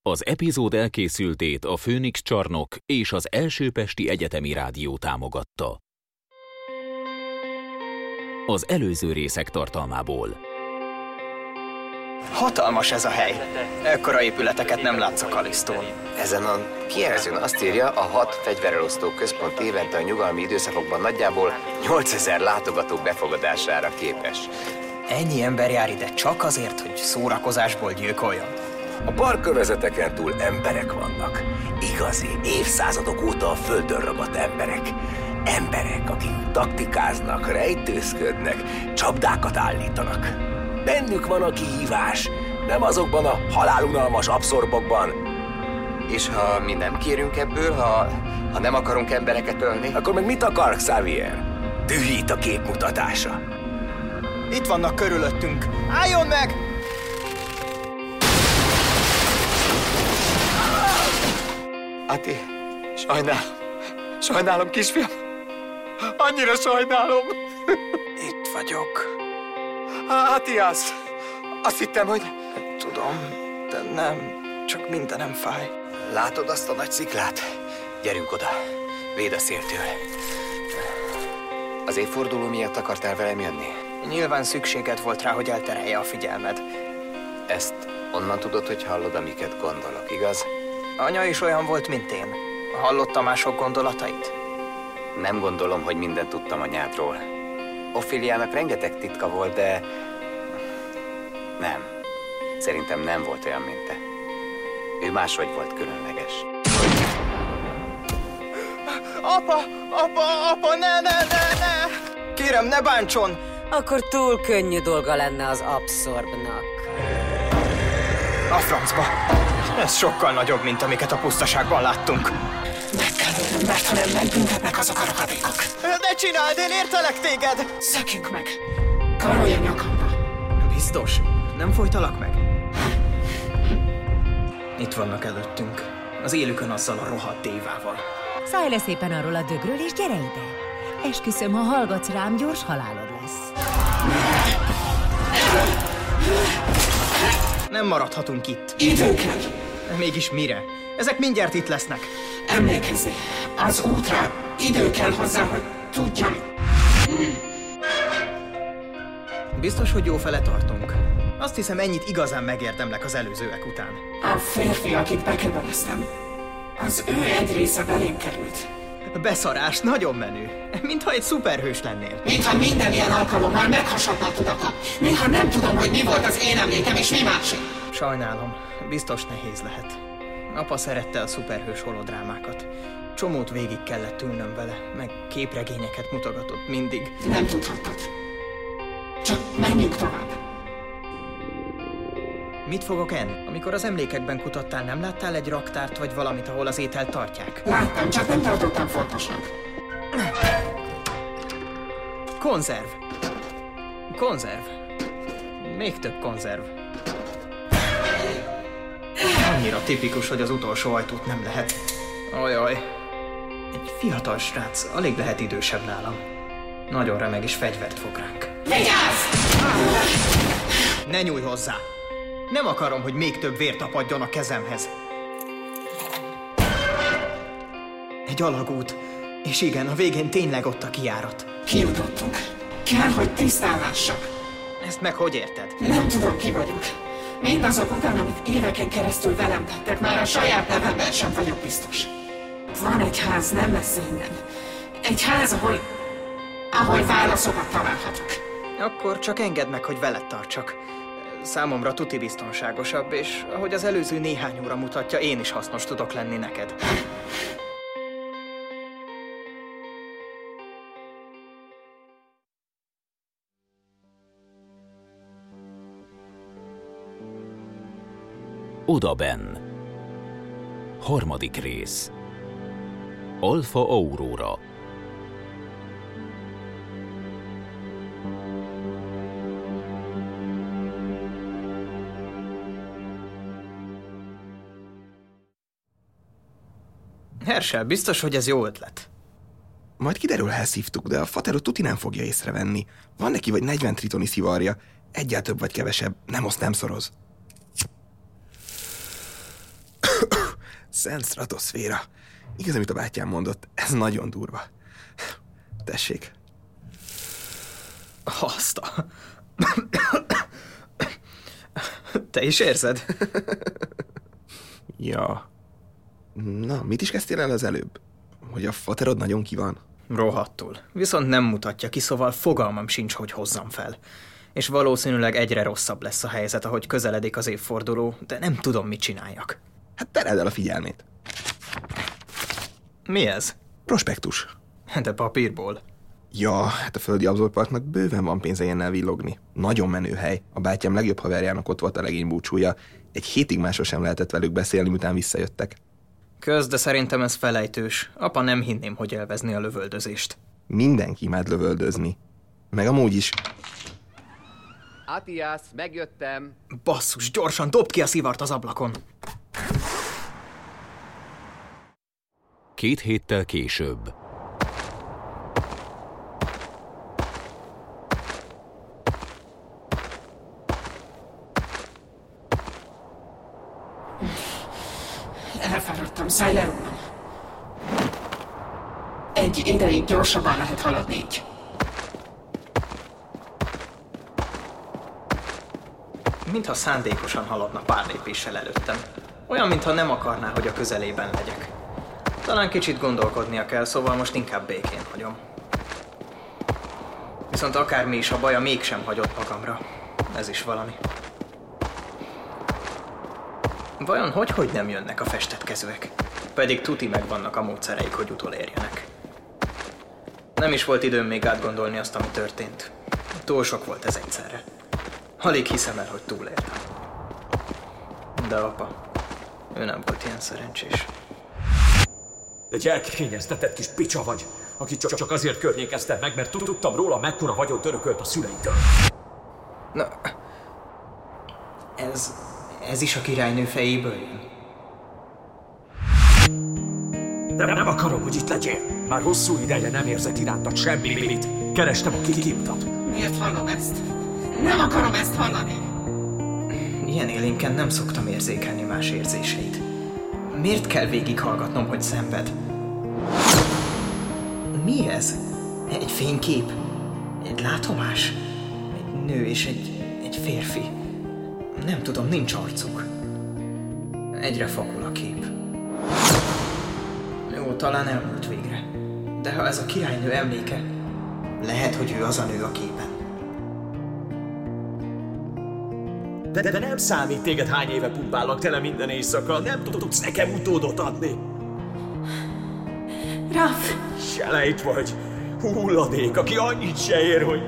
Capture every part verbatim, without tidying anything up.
Az epizód elkészültét a Főnix Csarnok és az Első Pesti Egyetemi Rádió támogatta. Az előző részek tartalmából. Hatalmas ez a hely. Ekkora épületeket nem látsz a Kalisztón. Ezen a kijelzőn azt írja, a hat fegyverelosztó központ évente a nyugalmi időszakokban nagyjából nyolcezer látogató befogadására képes. Ennyi ember jár ide csak azért, hogy szórakozásból gyilkoljon. A parkkövezeteken túl emberek vannak. Igazi, évszázadok óta a földön ragadt emberek. Emberek, akik taktikáznak, rejtőzködnek, csapdákat állítanak. Bennük van a kihívás, nem azokban a halálunalmas abszorbokban. És ha mi nem kérünk ebből, ha, ha nem akarunk embereket ölni, akkor meg mit akar Xavier? Dühít a képmutatása. Itt vannak körülöttünk. Álljon meg! Ati, sajnálom. Sajnálom, kisfiam. Annyira sajnálom. Itt vagyok. Atiász, azt hittem, hogy... Tudom, de nem. Csak mindenem fáj. Látod azt a nagy sziklát? Gyerünk oda. Védd a széltől. Az évforduló miatt akartál velem jönni? Nyilván szükséged volt rá, hogy elterelje a figyelmed. Ezt onnan tudod, hogy hallod, amiket gondolok, igaz? Anya is olyan volt, mint én. Hallotta mások gondolatait? Nem gondolom, hogy mindent tudtam anyádról. Opheliának rengeteg titka volt, de... Nem. Szerintem nem volt olyan, mint te. Ő máshogy volt különleges. Apa! Apa! Apa! Ne, ne, ne, ne! Kérem, ne bántson! Akkor túl könnyű dolga lenne az abszorbnak. A francba! Ez sokkal nagyobb, mint amiket a pusztaságban láttunk. Meg kell ölnöm, mert ha nem megbüntetnek azok a rohadékok. Ne csináld, én értelek téged! Szökjünk meg! Karolj a nyakamba! Biztos? Nem folytalak meg? Itt vannak előttünk. Az élükön azzal a rohadt dévával. Szállj le szépen arról a dögről, és gyere ide! Esküszöm, ha hallgatsz rám, gyors halálod lesz. Nem maradhatunk itt. Idő kell! Mégis mire? Ezek mindjárt itt lesznek. Emlékezz, az útra idő kell hozzá, hogy tudjam. Biztos, hogy jó fele tartunk. Azt hiszem, ennyit igazán megérdemlek az előzőek után. A férfi, akit bekebeleztem, az ő egy része belém került. Beszarás, nagyon menő. Mintha egy szuperhős lennél. Mintha minden ilyen alkalommal meghasadna a tudatom. Mintha nem tudom, hogy mi volt az én emlékem és mi másik. Sajnálom, biztos nehéz lehet. Apa szerette a szuperhős holodrámákat. Csomót végig kellett ülnöm vele, meg képregényeket mutogatott mindig. Nem tudhattad. Csak menjünk tovább. Mit fogok enni? Amikor az emlékekben kutattál, nem láttál egy raktárt vagy valamit, ahol az ételt tartják? Láttam, csak nem tartottam fontosnak. Konzerv. Konzerv. Még több konzerv. Annyira tipikus, hogy az utolsó ajtót nem lehet. Ajaj. Egy fiatal srác, alig lehet idősebb nálam. Nagyon remeg és fegyvert fog ránk. Vigyázz! Ne nyújj hozzá! Nem akarom, hogy még több vér tapadjon a kezemhez. Egy alagút. És igen, a végén tényleg ott a kijárat. Kijutottunk. Kell, hogy tisztán lássak. Ezt meg hogy érted? Nem tudom, ki vagyok. Mindazok után, amit éveken keresztül velem tettek, már a saját nevemben sem vagyok biztos. Van egy ház nem messze innen. Egy ház, ahol... ahol válaszokat találhatok. Akkor csak engedd meg, hogy veled tartsak. Számomra tuti biztonságosabb, és ahogy az előző néhány óra mutatja, én is hasznos tudok lenni neked. Odabenn. Harmadik rész. Alpha Aurora. Herschel, biztos, hogy ez jó ötlet. Majd kiderül, ha elszívtuk, de a Fatero tuti nem fogja észrevenni. Van neki vagy negyven tritoni szivarja. Egyel több vagy kevesebb, nem oszt, nem szoroz. Szent stratoszféra. Igaz, amit a bátyám mondott, ez nagyon durva. Tessék. Azt a... Te is érzed? Ja. Na, mit is kezdtél el az előbb? Hogy a faterod nagyon ki van? Rohadtul. Viszont nem mutatja ki, szóval fogalmam sincs, hogy hozzam fel. És valószínűleg egyre rosszabb lesz a helyzet, ahogy közeledik az évforduló, de nem tudom, mit csináljak. Hát tereld el a figyelmét. Mi ez? Prospektus. De papírból. Ja, hát a Földi Abszolparknak bőven van pénze ilyennel villogni. Nagyon menő hely. A bátyám legjobb haverjának ott volt a legény búcsúja. Egy hétig másról sem lehetett velük beszélni, miután visszajöttek. Kösz, de szerintem ez felejtős. Apa nem hinném, hogy élvezni a lövöldözést. Mindenki imád lövöldözni. Meg amúgy is. Atiász, megjöttem. Basszus, gyorsan dobd ki a szivart az ablakon. Két héttel később. Elfáradtam, szállj le rólam. Egy ideig gyorsabban lehet haladni így. Mintha szándékosan haladna pár lépéssel előttem. Olyan, mintha nem akarná, hogy a közelében legyek. Talán kicsit gondolkodnia kell, szóval most inkább békén hagyom. Viszont akármi is a baja, mégsem hagyott magamra. Ez is valami. Vajon hogy, hogy nem jönnek a festetkezőek? Pedig tuti megvannak a módszereik, hogy utolérjenek. Nem is volt időm még átgondolni azt, ami történt. Túl sok volt ez egyszerre. Alig hiszem el, hogy túléltem. De apa, ő nem volt ilyen szerencsés. Egy elkényeztetett kis picsa vagy, aki csak, csak azért környékezted meg, mert tudtam róla, mekkora vagyont örökölt a szüleitől. Na, ez... ez is a királynő fejéből jön? De nem akarom, hogy itt legyél. Már hosszú ideje nem érzek irántad semmit. Kerestem a kiutat. Miért hallom ezt? Nem akarom ezt hallani! Ilyen élénken nem szoktam érzékelni más érzéseit. Miért kell végighallgatnom, hogy szenved? Mi ez? Egy fénykép? Egy látomás? Egy nő és egy, egy férfi? Nem tudom, nincs arcuk. Egyre fakul a kép. Jó, talán elmúlt végre. De ha ez a királynő emléke, lehet, hogy ő az a nő a képen. De, de nem számít, téged hány éve pumpálnak tele minden éjszaka, nem tudsz nekem utódot adni. Raf! Selejt vagy, hulladék, aki annyit se ér, hogy...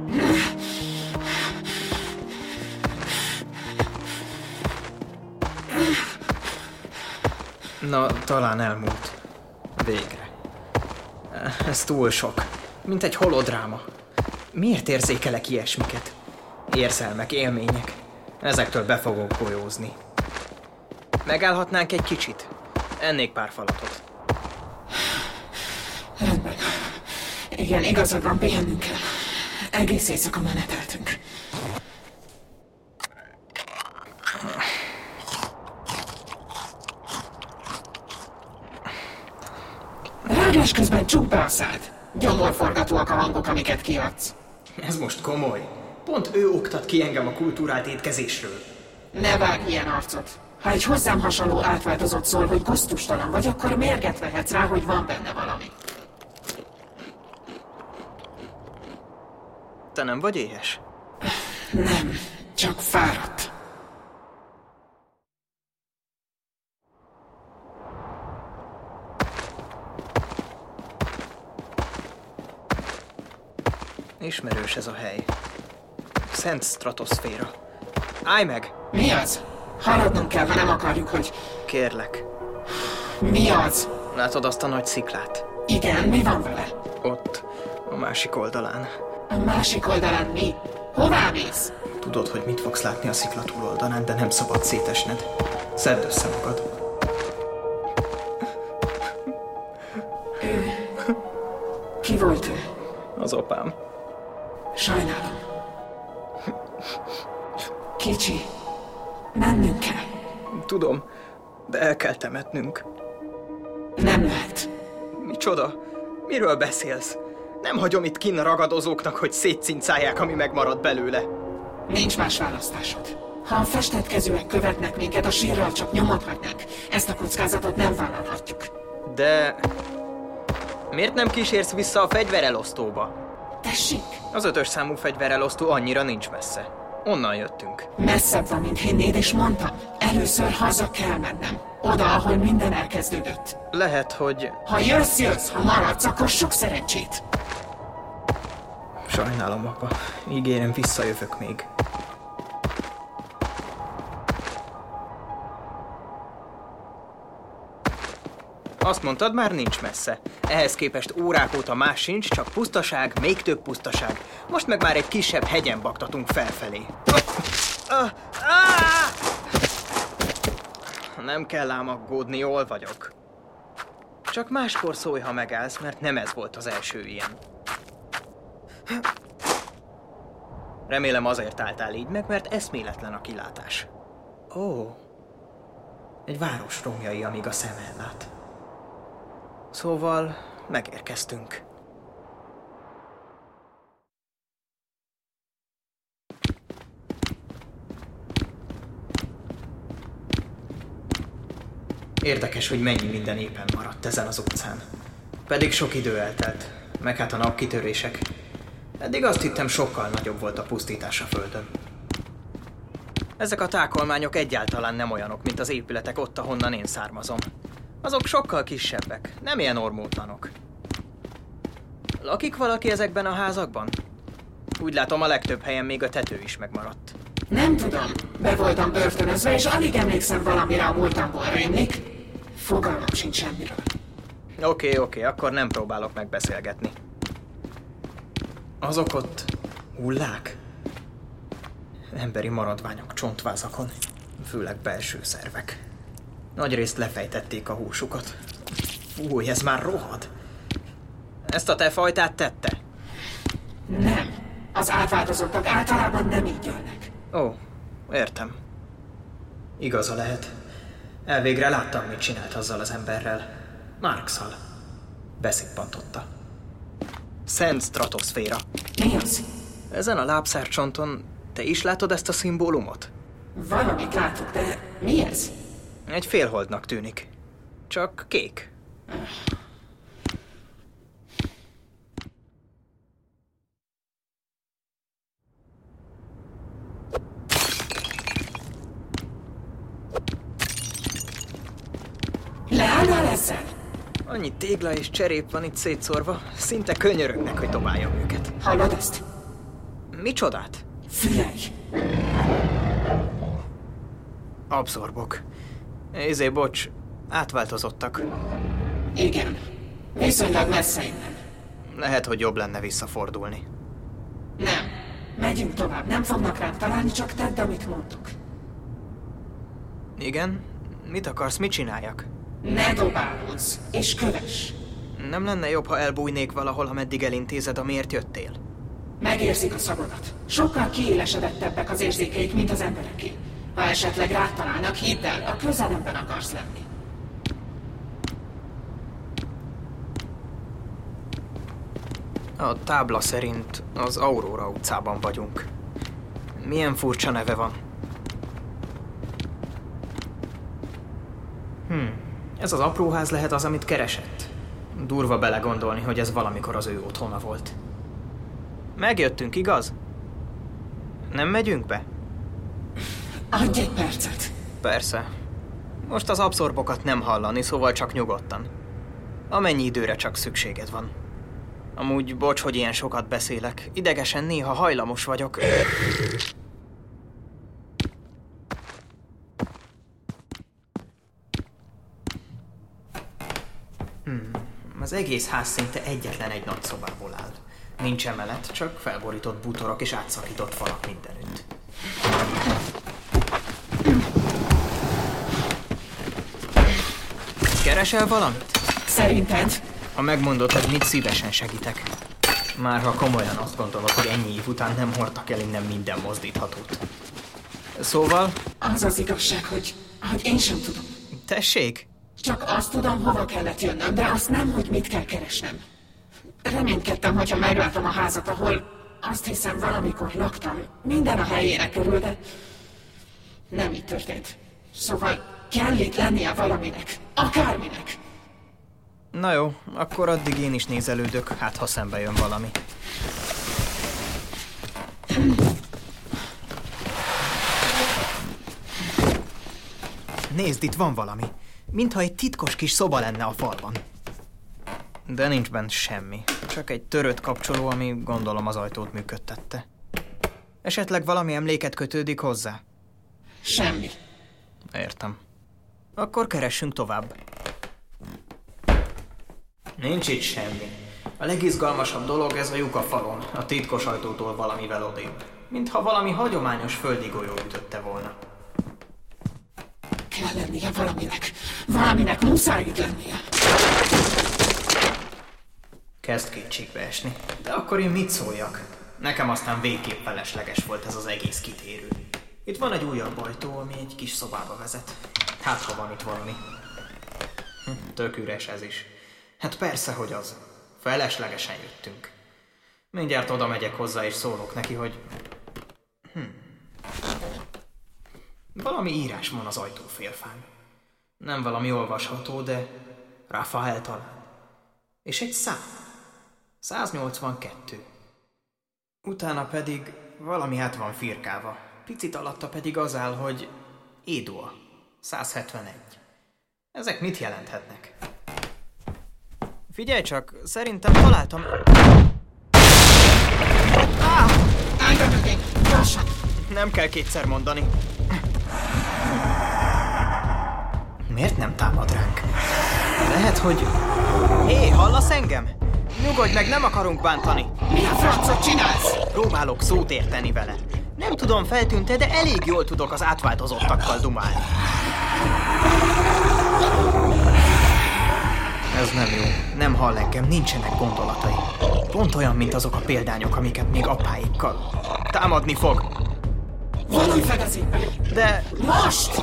Na, talán elmúlt. Végre. Ez túl sok. Mint egy holodráma. Miért érzékelek ilyesmiket? Érzelmek, élmények. Ezektől be fogok golyózni. Megállhatnánk egy kicsit? Ennék pár falatot. Rendben. Igen, igazad van, pihennünk kell. Egész éjszaka meneteltünk. Rágás közben csukd be a szád. Gyomorforgatóak a hangok, amiket kiadsz. Ez most komoly. Pont ő oktat ki engem a kultúrált étkezésről. Ne vágj ilyen arcot. Ha egy hozzám hasonló átváltozott szól, hogy gusztustalan vagy, akkor mérget vehetsz rá, hogy van benne valami. Te nem vagy éhes? Nem, csak fáradt. Ismerős ez a hely. Szent stratoszféra. Állj meg! Mi az? Haladnunk kell, ha nem akarjuk, hogy... Kérlek. Mi az? Látod azt a nagy sziklát? Igen, mi van vele? Ott, a másik oldalán. A másik oldalán mi? Hová mész? Tudod, hogy mit fogsz látni a szikla túloldalán, de nem szabad szétesned. Szedd össze magad. Ő... Ki volt ő? Az apám. Sajnálom. Kicsi. Mennünk kell. Tudom. de el kell temetnünk. Nem lehet. Micsoda? Miről beszélsz? Nem hagyom itt kinn a ragadozóknak, hogy szétcincálják, ami megmarad belőle. Nincs más választásod. Ha a festett kezűek követnek minket, a sírral csak nyomot hagynak. Ezt a kockázatot nem vállalhatjuk. De... miért nem kísérsz vissza a fegyverelosztóba? Tessék? Az ötös számú fegyverelosztó annyira nincs messze. Onnan jöttünk. Messzebb van, mint hinnéd, és mondtam. Először haza kell mennem. Oda, ahol minden elkezdődött. Lehet, hogy... Ha jössz, jössz, ha maradsz, akkor sok szerencsét. Sajnálom, apa. Ígérem, visszajövök még. Azt mondtad, már nincs messze. Ehhez képest órák óta más sincs, csak pusztaság, még több pusztaság. Most meg már egy kisebb hegyen baktatunk felfelé. Nem kell ám aggódni, jól vagyok. Csak máskor szólj, ha megállsz, mert nem ez volt az első ilyen. Remélem azért álltál így meg, mert eszméletlen a kilátás. Ó, egy város romjai, amíg a szem ellát. Szóval megérkeztünk. Érdekes, hogy mennyi minden éppen maradt ezen az utcán. Pedig sok idő eltelt, meg hát a napkitörések. Eddig azt hittem, sokkal nagyobb volt a pusztítás a földön. Ezek a tákolmányok egyáltalán nem olyanok, mint az épületek ott, ahonnan én származom. Azok sokkal kisebbek, nem ilyen ormótlanok. Lakik valaki ezekben a házakban? Úgy látom, a legtöbb helyen még a tető is megmaradt. Nem tudom. Be voltam börtönözve, és alig emlékszem valamire a múltamból, rémlik. Fogalmam sincs semmiről. Oké, okay, oké, okay, akkor nem próbálok megbeszélgetni. Azok ott hullák? Emberi maradványok csontvázakon, főleg belső szervek. Nagyrészt lefejtették a húsukat. Fúj, ez már rohad. Ezt a te fajtát tette? Nem. Az átváltozottak általában nem így jönnek. Ó, értem. Igaza lehet. Elvégre láttam, mit csinált azzal az emberrel. Markszal. Beszippantotta. Szent stratoszféra. Mi az? Ezen a lábszárcsonton te is látod ezt a szimbólumot? Valamit látok, de mi ez? Egy félholdnak tűnik. Csak kék. Leállnál ezzel? Annyi tégla és cserép van itt szétszórva, szinte könyörögnek, hogy dobáljam őket. Hallod ezt? Micsodát? Figyelj! Abszorbok. Izé, bocs, átváltozottak. Igen. Viszonylag messze innen. Lehet, hogy jobb lenne visszafordulni. Nem. Megyünk tovább. Nem fognak ránk találni, csak tedd, amit mondtuk. Igen? Mit akarsz, mit csináljak? Ne dobálódz, és kövess. Nem lenne jobb, ha elbújnék valahol, ameddig elintézed, amiért jöttél? Megérzik a szagodat. Sokkal kiélesedettebbek az érzékeik, mint az embereké. Ha esetleg rád találnak, hidd el, a közelemben akarsz lenni. A tábla szerint az Aurora utcában vagyunk. Milyen furcsa neve van. Hm, ez az apróház lehet az, amit keresett. Durva belegondolni, hogy ez valamikor az ő otthona volt. Megjöttünk, igaz? Nem megyünk be? Adj egy percet. Persze. Most az abszorbokat nem hallani, szóval csak nyugodtan. Amennyi időre csak szükséged van. Amúgy bocs, hogy ilyen sokat beszélek. Idegesen néha hajlamos vagyok. Hmm. Az egész ház szinte egyetlen egy nagy szobából áll. Nincs emelet, csak felborított bútorok és átszakított falak mindenütt. Keresel valamit? Szerinted? Ha megmondod, hogy mit, szívesen segítek. Már ha komolyan azt gondolod, hogy ennyi év után nem hordtak el innen minden mozdíthatót. Szóval? Az az igazság, hogy, hogy én sem tudom. Tessék? Csak azt tudom, hova kellett jönnöm, de azt nem, hogy mit kell keresnem. Reménykedtem, hogyha meglátom a házat, ahol azt hiszem valamikor laktam. Minden a helyére kerül, de nem így történt. Szóval kell itt lennie valaminek. Akárminek. Na jó, akkor addig én is nézelődök, hát ha szembe jön valami. Nézd, itt van valami. Mintha egy titkos kis szoba lenne a falban. De nincs bent semmi. Csak egy törött kapcsoló, ami gondolom az ajtót működtette. Esetleg valami emléket kötődik hozzá? Semmi. Értem. Akkor keressünk tovább. Nincs itt semmi. A legizgalmasabb dolog ez a lyuk a falon, a titkos ajtótól valamivel odébb. Mintha valami hagyományos földi golyó ütötte volna. Kell lennie valaminek. Valaminek muszáj itt lennie. Kezd kétségbe esni. De akkor én mit szóljak? Nekem aztán végképp felesleges volt ez az egész kitérő. Itt van egy újabb ajtó, ami egy kis szobába vezet. Hát, ha van itt valami. Hm, tök üres ez is. Hát persze, hogy az. Feleslegesen jöttünk. Mindjárt oda megyek hozzá és szólok neki, hogy... Hm. Valami írás van az ajtófélfán. Nem valami olvasható, de... Rafael talán. És egy szám. száznyolcvankettő. Utána pedig valami hát van firkálva. Picit alatta pedig az áll, hogy Édua. százhetvenegy. Ezek mit jelenthetnek? Figyelj csak, szerintem találtam... Ah! Állj mögénk! Gyorsan! Nem kell kétszer mondani. Miért nem támad ránk? Lehet, hogy... Hé, hallasz engem? Nyugodj meg, nem akarunk bántani. Mi a francot csinálsz? Próbálok szót érteni vele. Nem tudom, feltűnt-e, de elég jól tudok az átváltozottakkal dumálni. Ez nem jó. Nem hall engem, nincsenek gondolatai. Pont olyan, mint azok a példányok, amiket még apáikkal. Támadni fog. Vonulj fedezékbe! De... Most!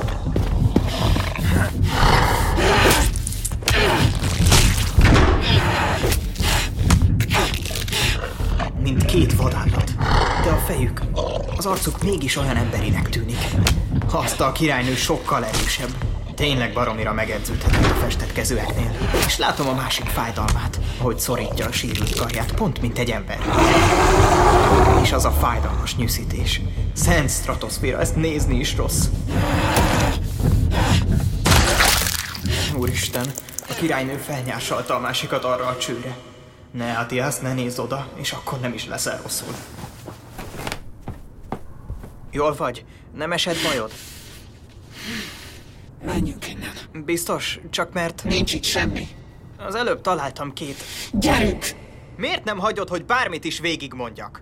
Mint két vadállat. De a fejük, az arcuk mégis olyan emberinek tűnik. Azt a királynő sokkal erősebb. Tényleg baromira megedződhetett a festett kezűeknél. És látom a másik fájdalmát, hogy szorítja a sérült karját, pont mint egy ember. És az a fájdalmas nyűszítés. Szent stratoszféra, ezt nézni is rossz. Úristen, a királynő felnyársalta a másikat arra a csőre. Ne, Atiász, ne nézz oda, és akkor nem is leszel rosszul. Jól vagy? Nem esett bajod? Menjünk innen. Biztos? Csak mert... Nincs itt semmi. Az előbb találtam két... Gyerünk! Miért nem hagyod, hogy bármit is végigmondjak?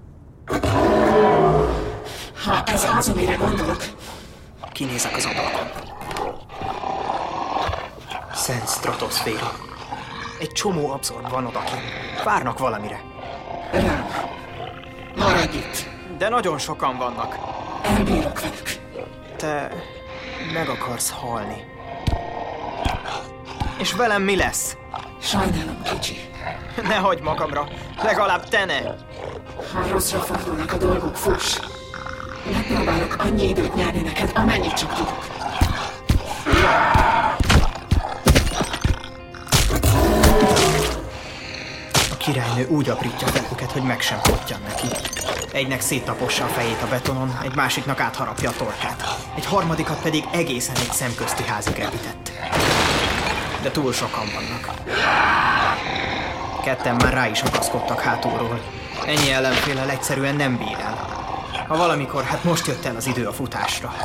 Ha ez az, amire gondolok... Kinézek az ablakon. Szent stratoszféra. Egy csomó abszorb van odakint. Várnak valamire. Rám. Maradj itt. De nagyon sokan vannak. Elbírok velük. Te meg akarsz halni. És velem mi lesz? Sajnálom, kicsi. Ne hagyd magamra. Legalább te ne. Ha rosszra fordulnak a dolgok, fuss. Megpróbálok annyi időt nyerni neked, amennyit csak tudok. A királynő úgy aprítja fel őket, hogy meg sem pottyan neki. Egynek széttapossa a fejét a betonon, egy másiknak átharapja a torkát. Egy harmadikat pedig egészen egy szemközti házig elvitett. De túl sokan vannak. Ketten már rá is akaszkodtak hátulról. Ennyi ellenféllel egyszerűen nem bír el. Ha valamikor, hát most jött el az idő a futásra.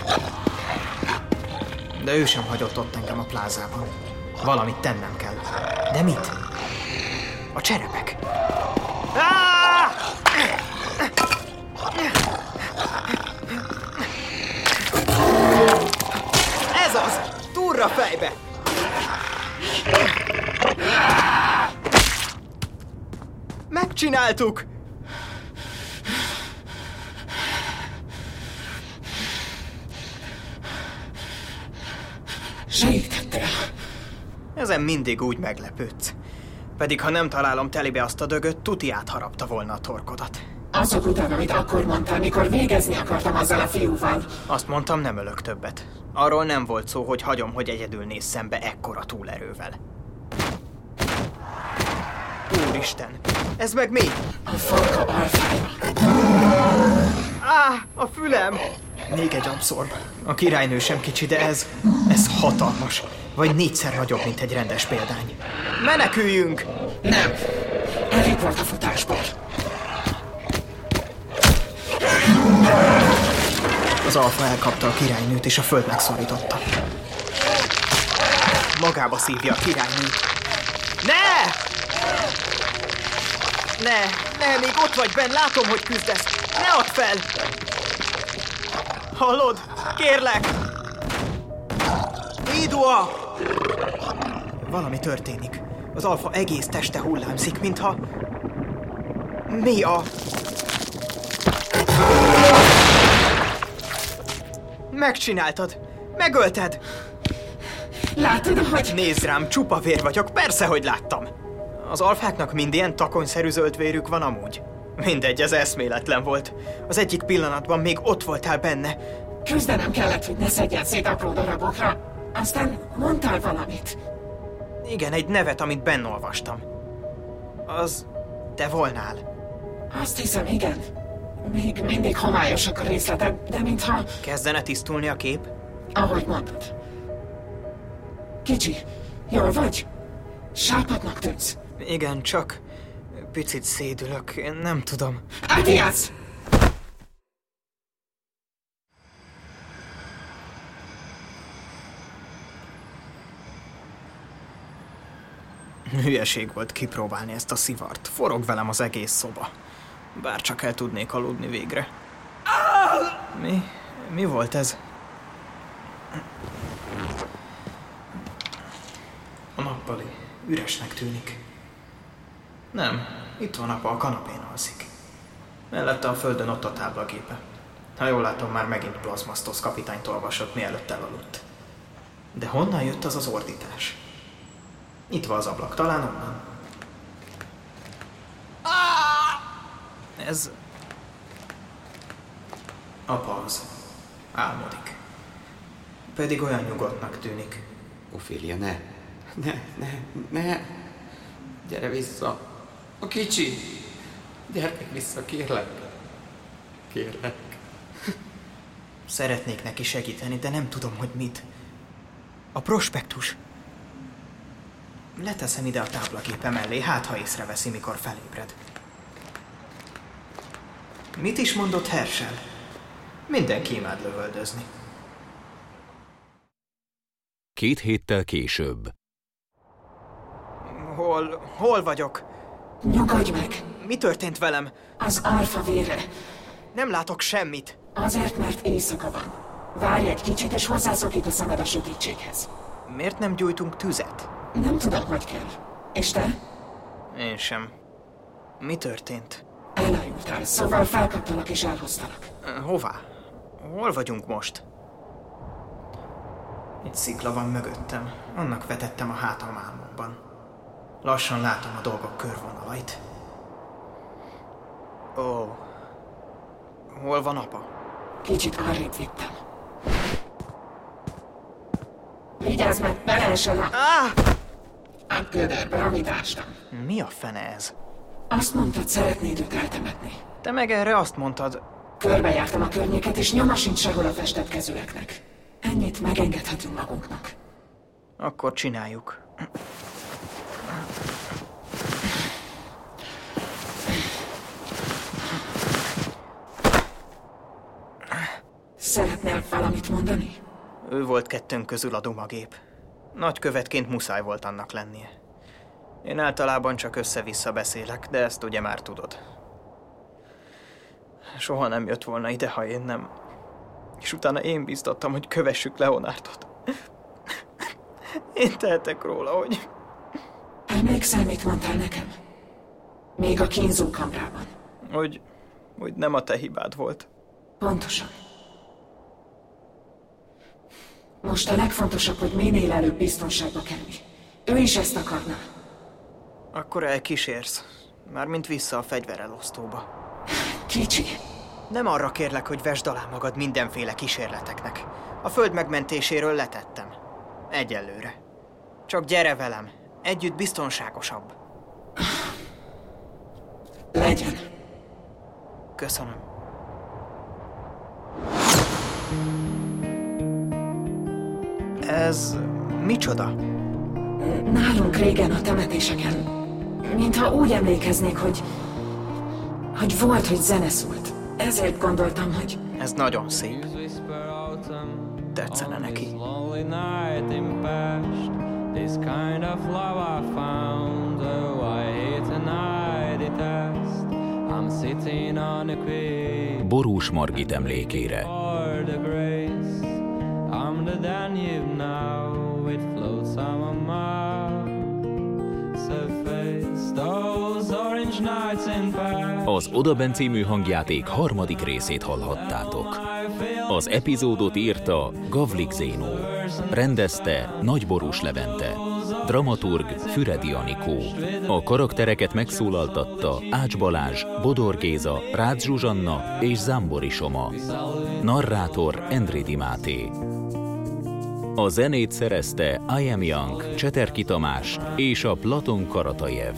De ő sem hagyott ott engem a plázában. Valamit tennem kell. De mit? A cserepek. Ez az! Túlra fejbe! Megcsináltuk! Segítettél. Ezen mindig úgy meglepődsz. Pedig ha nem találom telibe azt a dögöt, tuti átharapta volna a torkodat. Azok után, amit akkor mondtál, mikor végezni akartam azzal a fiúval. Azt mondtam, nem ölök többet. Arról nem volt szó, hogy hagyom, hogy egyedül néz szembe ekkora túlerővel. Úristen, ez meg mi? A falka alfája. Á, a fülem! Még egy abszorb. A királynő sem kicsi, de ez... ez hatalmas. Vagy négyszer nagyobb, mint egy rendes példány. Meneküljünk! Nem. Elég volt a futásból. Az alfa elkapta a királynőt, és a föld megszorította. Magába szívja a királynőt. Ne! Ne! Ne, még ott vagy benn, látom, hogy küzdesz. Ne add fel! Hallod? Kérlek! Idua! Valami történik. Az alfa egész teste hullámzik, mintha... Mi a... Megcsináltad! Megölted! Látod, hogy... Nézd rám, csupa vér vagyok, persze, hogy láttam! Az alfáknak mind ilyen takonyszerű zöld vérük van amúgy. Mindegy, ez eszméletlen volt. Az egyik pillanatban még ott voltál benne. Küzdenem kellett, hogy ne szedjen szét apró darabokra. Aztán mondtál valamit. Igen, egy nevet, amit benn olvastam. Az... te volnál. Azt hiszem, igen. Még mindig homályosak a részletek, de mintha... Kezdene tisztulni a kép? Ahogy mondtad. Kicsi, jól vagy? Sápadnak tűnsz. Igen, csak... picit szédülök, én nem tudom. Adiász! Hülyeség volt kipróbálni ezt a szivart. Forog velem az egész szoba. Bár csak el tudnék aludni végre. Mi? Mi volt ez? A nappali. Üresnek tűnik. Nem, itt van apa, a kanapén alszik. Mellette a földön ott a táblagépe. Ha jól látom, már megint Plazmasztosz kapitányt olvasott, mielőtt elaludt. De honnan jött az az ordítás? Itt van az ablak, talán onnan. Ez... apa az. Álmodik. Pedig olyan nyugodtnak tűnik. Ophélia, ne. Ne, ne, ne. Gyere vissza. A kicsi. Gyertek vissza, kérlek. Kérlek. Szeretnék neki segíteni, de nem tudom, hogy mit. A prospektus. Leteszem ide a táblagépe mellé, hát ha észreveszi, mikor felébred. Mit is mondott Herschel? Mindenki imád lövöldözni. Két héttel később. Hol... hol vagyok? Nyugodj meg! Mi történt velem? Az alfa vére. Nem látok semmit. Azért, mert éjszaka van. Várj egy kicsit, és hozzászokít a szemed a sötétséghez. Miért nem gyújtunk tüzet? Nem tudom, hogy kell. És te? Én sem. Mi történt? Elájultál, szóval felkaptalak és elhoztalak. Hová? Hol vagyunk most? Egy szikla van mögöttem. Annak vetettem a hátam álmomban. Lassan látom a dolgok körvonalait. Ó. Hol van apa? Kicsit arrébb vittem. Vigyázz meg, beleesel a... Ah! A gödörbe, amit ástam. Mi a fene ez? Azt mondtad, szeretnéd őt eltemetni. Te meg erre azt mondtad... Körbejártam a környéket, és nyoma sincs sehol a festett kezűeknek. Ennyit megengedhetünk magunknak. Akkor csináljuk. Szeretnél valamit mondani? Ő volt kettőnk közül a dumagép. Nagykövetként muszáj volt annak lennie. Én általában csak össze-vissza beszélek, de ezt ugye már tudod. Soha nem jött volna ide, ha én nem. És utána én bíztattam, hogy kövessük Leonardot. Én tehetek róla, hogy... Emlékszel, mit mondtál nekem? Még a kínzókamrában. Hogy... hogy nem a te hibád volt. Pontosan. Most a legfontosabb, hogy minél előbb biztonságba kerülj. Ő is ezt akarná. Akkor elkísérsz. Mármint vissza a fegyverelosztóba. Kicsi. Nem arra kérlek, hogy vesd alá magad mindenféle kísérleteknek. A föld megmentéséről letettem. Egyelőre. Csak gyere velem. Együtt biztonságosabb. Legyen. Köszönöm. Ez micsoda? Nálunk régen a temetéseken, mintha úgy emlékeznék, hogy... hogy volt, hogy zene szólt. Ezért gondoltam, hogy... Ez nagyon szép. Tetszene neki. Borús Margit emlékére. Az Odabenn című hangjáték harmadik részét hallhattátok. Az epizódot írta Gavlik Zénó, rendezte Nagyborús Levente, dramaturg Füredi Anikó. A karaktereket megszólaltatta Ács Balázs, Bodor Géza, Rácz Zsuzsanna és Zámbori Soma. Narrátor Endridi Máté. A zenét szerezte I Am Young, Cseterki Tamás és a Platon Karatajev.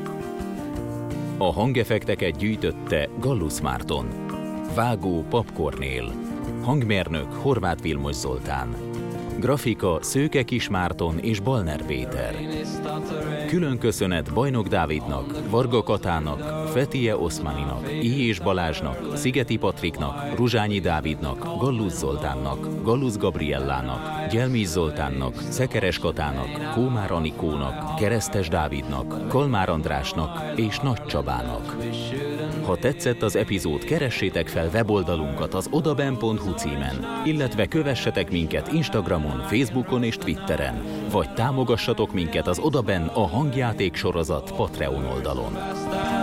A hangeffekteket gyűjtötte Gallus Márton, vágó Pap Kornél, hangmérnök Horváth Vilmos Zoltán, grafika Szőke Kis Márton és Balner Péter. Külön köszönet Bajnok Dávidnak, Varga Katának, Fetie Oszmaninak, I. és Balázsnak, Szigeti Patriknak, Ruzsányi Dávidnak, Gallus Zoltánnak, Gallus Gabriellának, Gyelmis Zoltánnak, Szekeres Katának, Kómár Anikónak, Keresztes Dávidnak, Kalmár Andrásnak és Nagy Csabának. Ha tetszett az epizód, keressétek fel weboldalunkat az odabenn pont hu címen, illetve kövessetek minket Instagramon, Facebookon és Twitteren, vagy támogassatok minket az Odabenn a hangjáték sorozat Patreon oldalon.